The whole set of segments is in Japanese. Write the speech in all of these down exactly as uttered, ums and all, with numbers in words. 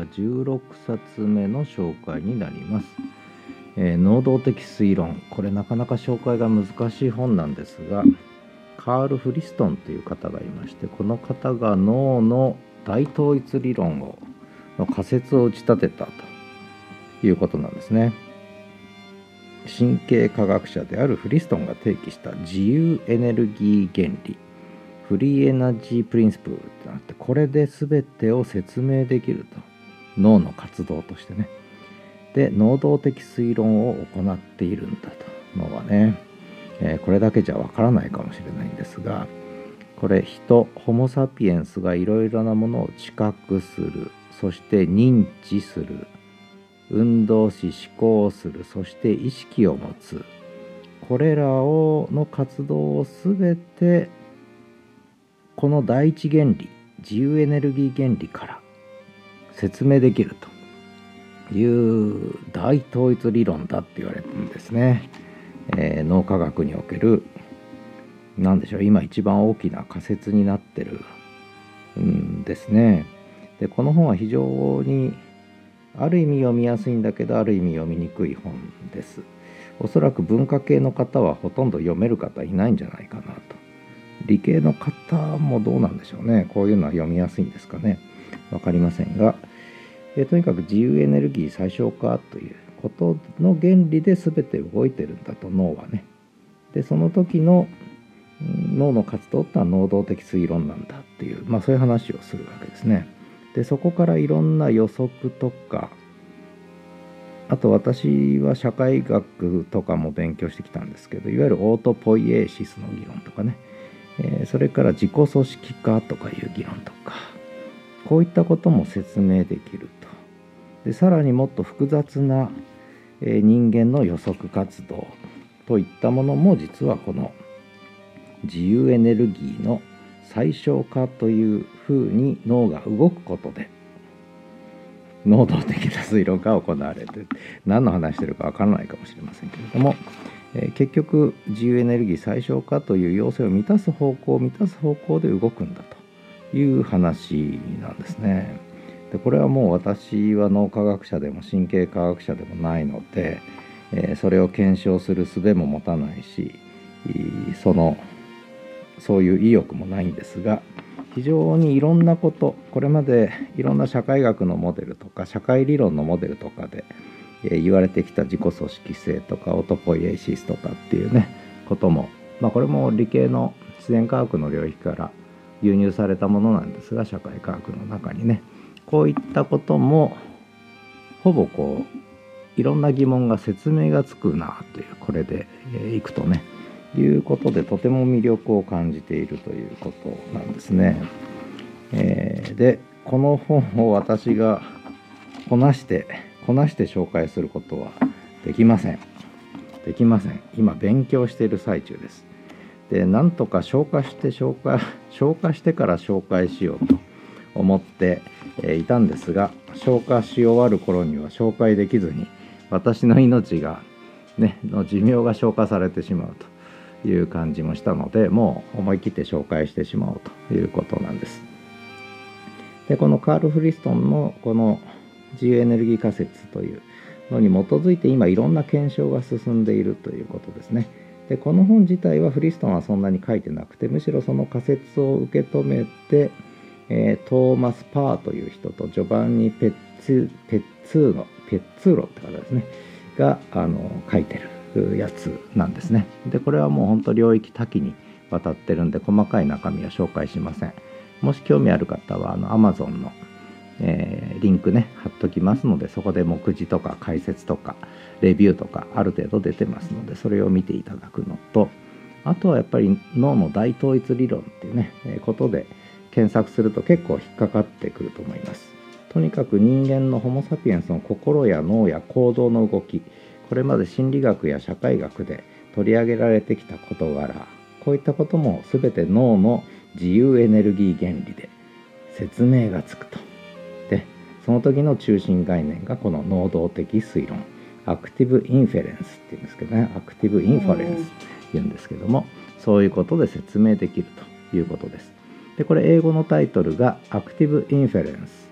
じゅうろくさつめの紹介になります。えー、能動的推論、これなかなか紹介が難しい本なんですが、カール・フリストンという方がいまして、この方が脳の大統一理論をの仮説を打ち立てたということなんですね。神経科学者であるフリストンが提起した自由エネルギー原理、フリーエナジープリンシプルってなって、これで全てを説明できると、脳の活動としてね。で、能動的推論を行っているんだと。脳はね、えー、これだけじゃわからないかもしれないんですが、これ人ホモ・サピエンスがいろいろなものを知覚する、そして認知する、運動し思考する、そして意識を持つ、これらをの活動をすべてこの第一原理、自由エネルギー原理から説明できるという大統一理論だって言われてるんですね。えー、脳科学におけるなんでしょう、今一番大きな仮説になってるんですね。で、この本は非常にある意味読みやすいんだけど、ある意味読みにくい本です。おそらく文化系の方はほとんど読める方いないんじゃないかなと。理系の方もどうなんでしょうね。こういうのは読みやすいんですかね。わかりませんが、えとにかく自由エネルギー最小化ということの原理で全て動いてるんだと、脳はね。で、その時の脳の活動ってのは能動的推論なんだっていう、まあそういう話をするわけですね。で、そこからいろんな予測とか、あと私は社会学とかも勉強してきたんですけど、いわゆるオートポイエーシスの議論とかね、えー、それから自己組織化とかいう議論とか、こういったことも説明できると。で、さらにもっと複雑な、えー、人間の予測活動といったものも実はこの自由エネルギーの最小化というふうに脳が動くことで能動的な推論が行われて、何の話してるかわからないかもしれませんけれども、えー、結局自由エネルギー最小化という要請を満たす方向を満たす方向で動くんだという話なんですね。で、これはもう私は脳科学者でも神経科学者でもないので、えー、それを検証する術も持たないし、そのそういう意欲もないんですが、非常にいろんなこと、これまでいろんな社会学のモデルとか社会理論のモデルとかで言われてきた自己組織性とかオートポイエーシスとかっていうねことも、まあこれも理系の自然科学の領域から輸入されたものなんですが、社会科学の中にねこういったこともほぼこういろんな疑問が説明がつくなという、これでいくとねいうことでとても魅力を感じているということなんですね。えー、でこの本を私がこなしてこなして紹介することはできませんできません今勉強している最中です。で、なんとか消化して消化消化してから紹介しようと思っていたんですが、消化し終わる頃には紹介できずに私の命がねの寿命が消化されてしまうという感じもしたので、もう思い切って紹介してしまおうということなんです。で、このカール・フリストンのこの自由エネルギー仮説というのに基づいて今いろんな検証が進んでいるということですね。で、この本自体はフリストンはそんなに書いてなくて、むしろその仮説を受け止めて、えー、トーマス・パーという人とジョバンニ・ペッツペッツーノペッツーロって方ですねがあの書いてるやつなんですね。で、これはもう本当領域多岐にわたってるんで細かい中身は紹介しません。もし興味ある方はあの Amazon の、えー、リンクね貼っときますので、そこで目次とか解説とかレビューとかある程度出てますので、それを見ていただくのと、あとはやっぱり脳の大統一理論っていうね、えー、ことで検索すると結構引っかかってくると思います。とにかく人間のホモ・サピエンスの心や脳や行動の動き、これまで心理学や社会学で取り上げられてきた事柄、こういったことも全て脳の自由エネルギー原理で説明がつくと。で、その時の中心概念がこの能動的推論、アクティブインフェレンスっていうんですけどね、アクティブインファレンスって言うんですけども、そういうことで説明できるということです。で、これ英語のタイトルがアクティブインフェレンス、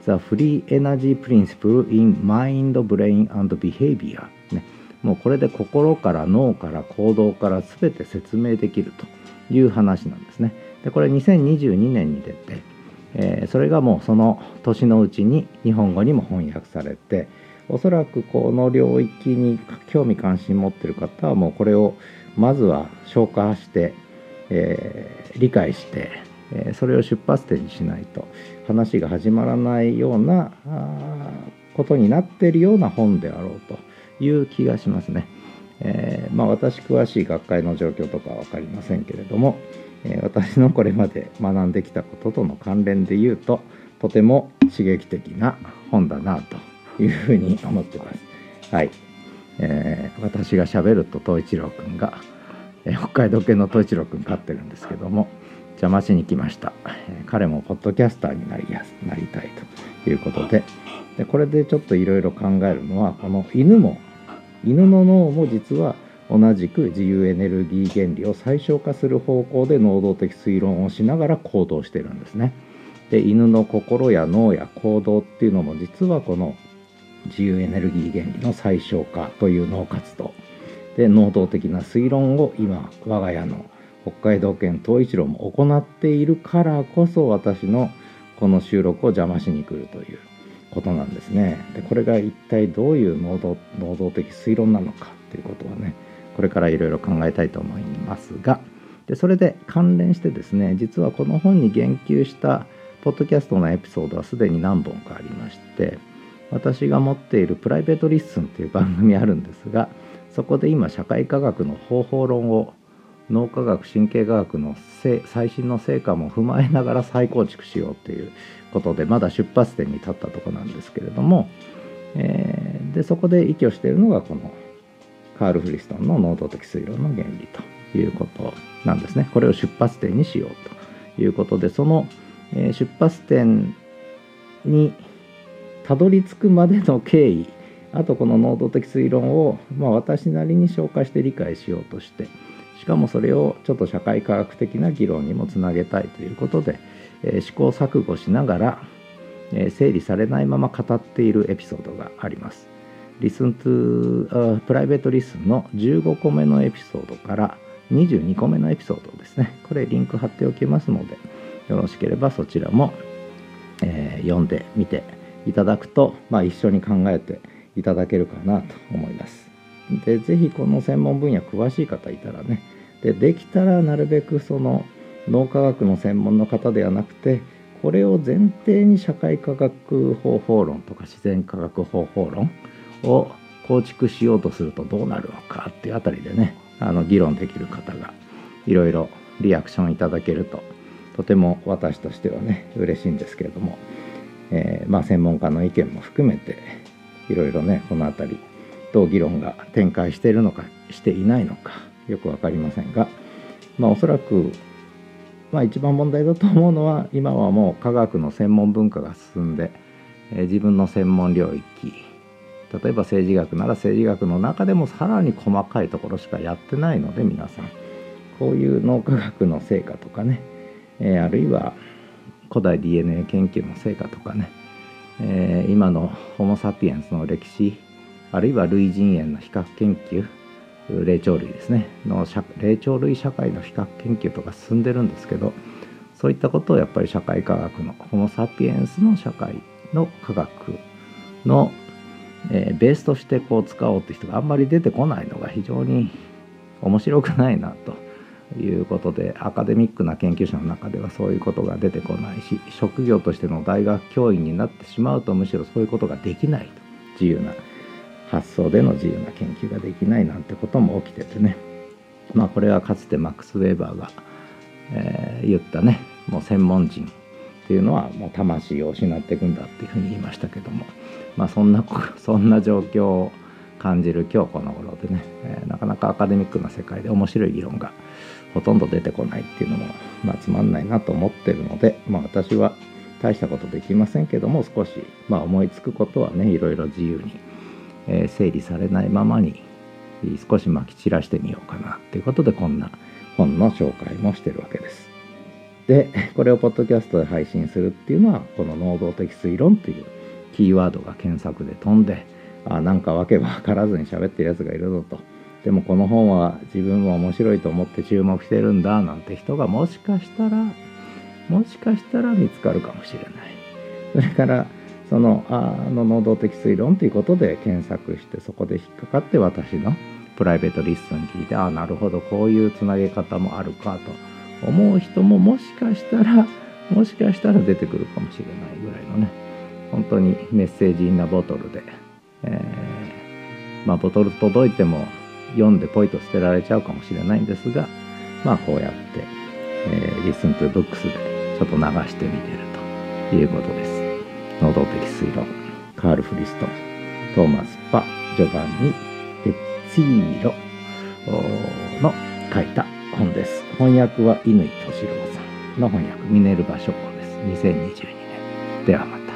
The Free Energy Principle in Mind, Brain and Behavior、ね、もうこれで心から脳から行動から全て説明できるという話なんですね。でこれにせんにじゅうにねんに出て、えー、それがもうその年のうちに日本語にも翻訳されて、おそらくこの領域に興味関心持っている方はもうこれをまずは消化して、えー、理解して、えー、それを出発点にしないと話が始まらないようなことになっているような本であろうという気がしますね。えーまあ、私詳しい学会の状況とかは分かりませんけれども、えー、私のこれまで学んできたこととの関連で言うととても刺激的な本だなというふうに思ってます。はい、えー、私がしゃべると東一郎くんが、えー、北海道系の東一郎くん飼ってるんですけども邪魔しに来ました。えー、彼もポッドキャスターになりやすなりたいということで、でこれでちょっといろいろ考えるのは、この犬も犬の脳も実は同じく自由エネルギー原理を最小化する方向で能動的推論をしながら行動してるんですね。で犬の心や脳や行動っていうのも実はこの自由エネルギー原理の最小化という脳活動で能動的な推論を今我が家の北海道犬東一郎も行っているからこそ、私のこの収録を邪魔しに来るということなんですね。でこれが一体どういう能動、能動的推論なのかということはね、これからいろいろ考えたいと思いますが、でそれで関連してですね、実はこの本に言及したポッドキャストのエピソードはすでに何本かありまして、私が持っているプライベートリッスンという番組あるんですが、そこで今社会科学の方法論を脳科学神経科学の最新の成果も踏まえながら再構築しようということで、まだ出発点に立ったところなんですけれども、えー、でそこで依拠しているのがこのカール・フリストンの能動的推論の原理ということなんですね。これを出発点にしようということで、その、えー、出発点にたどり着くまでの経緯、あとこの能動的推論を、まあ、私なりに消化して理解しようとして、しかもそれをちょっと社会科学的な議論にもつなげたいということで、えー、試行錯誤しながら、えー、整理されないまま語っているエピソードがあります。リスントゥプライベートリスンのじゅうごこめのエピソードからにじゅうにこめのエピソードですね。これリンク貼っておきますので、よろしければそちらも、えー、読んでみていただくと、まあ、一緒に考えていただけるかなと思います。でぜひこの専門分野詳しい方いたらね、でできたらなるべくその脳科学の専門の方ではなくて、これを前提に社会科学方法論とか自然科学方法論を構築しようとするとどうなるのかっていうあたりでね、あの議論できる方がいろいろリアクションいただけるととても私としてはね嬉しいんですけれども、えー、まあ専門家の意見も含めていろいろね、このあたりどう議論が展開しているのかしていないのかよく分かりませんが、まあおそらくまあ一番問題だと思うのは、今はもう科学の専門文化が進んで、えー、自分の専門領域、例えば政治学なら政治学の中でもさらに細かいところしかやってないので、皆さんこういう脳科学の成果とかね、えー、あるいは古代 ディーエヌエー 研究の成果とかね、えー、今のホモ・サピエンスの歴史、あるいは類人猿の比較研究、霊長類ですねの霊長類社会の比較研究とか進んでるんですけど、そういったことをやっぱり社会科学のホモ・サピエンスの社会の科学の、えー、ベースとしてこう使おうという人があんまり出てこないのが非常に面白くないなということで、アカデミックな研究者の中ではそういうことが出てこないし、職業としての大学教員になってしまうとむしろそういうことができないと、自由な発想での自由な研究ができないなんてことも起きててね、まあこれはかつてマックス・ウェーバーが、えー、言ったね、もう専門人っていうのはもう魂を失っていくんだっていうふうに言いましたけども、まあそんなそんな状況を感じる今日この頃でね、えー、なかなかアカデミックな世界で面白い議論がほとんど出てこないっていうのも、まあ、つまんないなと思ってるので、まあ私は大したことできませんけども、少し、まあ、思いつくことはねいろいろ自由に、えー、整理されないままに少しまき散らしてみようかなっていうことで、こんな本の紹介もしてるわけです。 でこれをポッドキャストで配信するっていうのはこの能動的推論というキーワードが検索で飛んで、あなんかわけ分からずに喋ってるやつがいるぞと、でもこの本は自分も面白いと思って注目してるんだなんて人がもしかしたらもしかしたら見つかるかもしれない。それからそのあの能動的推論ということで検索して、そこで引っかかって私のプライベートリストに聞いて、ああなるほどこういうつなげ方もあるかと思う人ももしかしたらもしかしたら出てくるかもしれないぐらいのね、本当にメッセージインナボトルで、えー、まあボトル届いても読んでポイと捨てられちゃうかもしれないんですが、まあこうやって、えー、リスントゥブックスでちょっと流してみてるということです。能動的推論、カール・フリストン、トーマス・パ・ジョバンニ・ペッツィーロの書いた本です。翻訳は乾敏郎さんの翻訳、ミネルヴァ書房です。にせんにじゅうにねん。ではまた。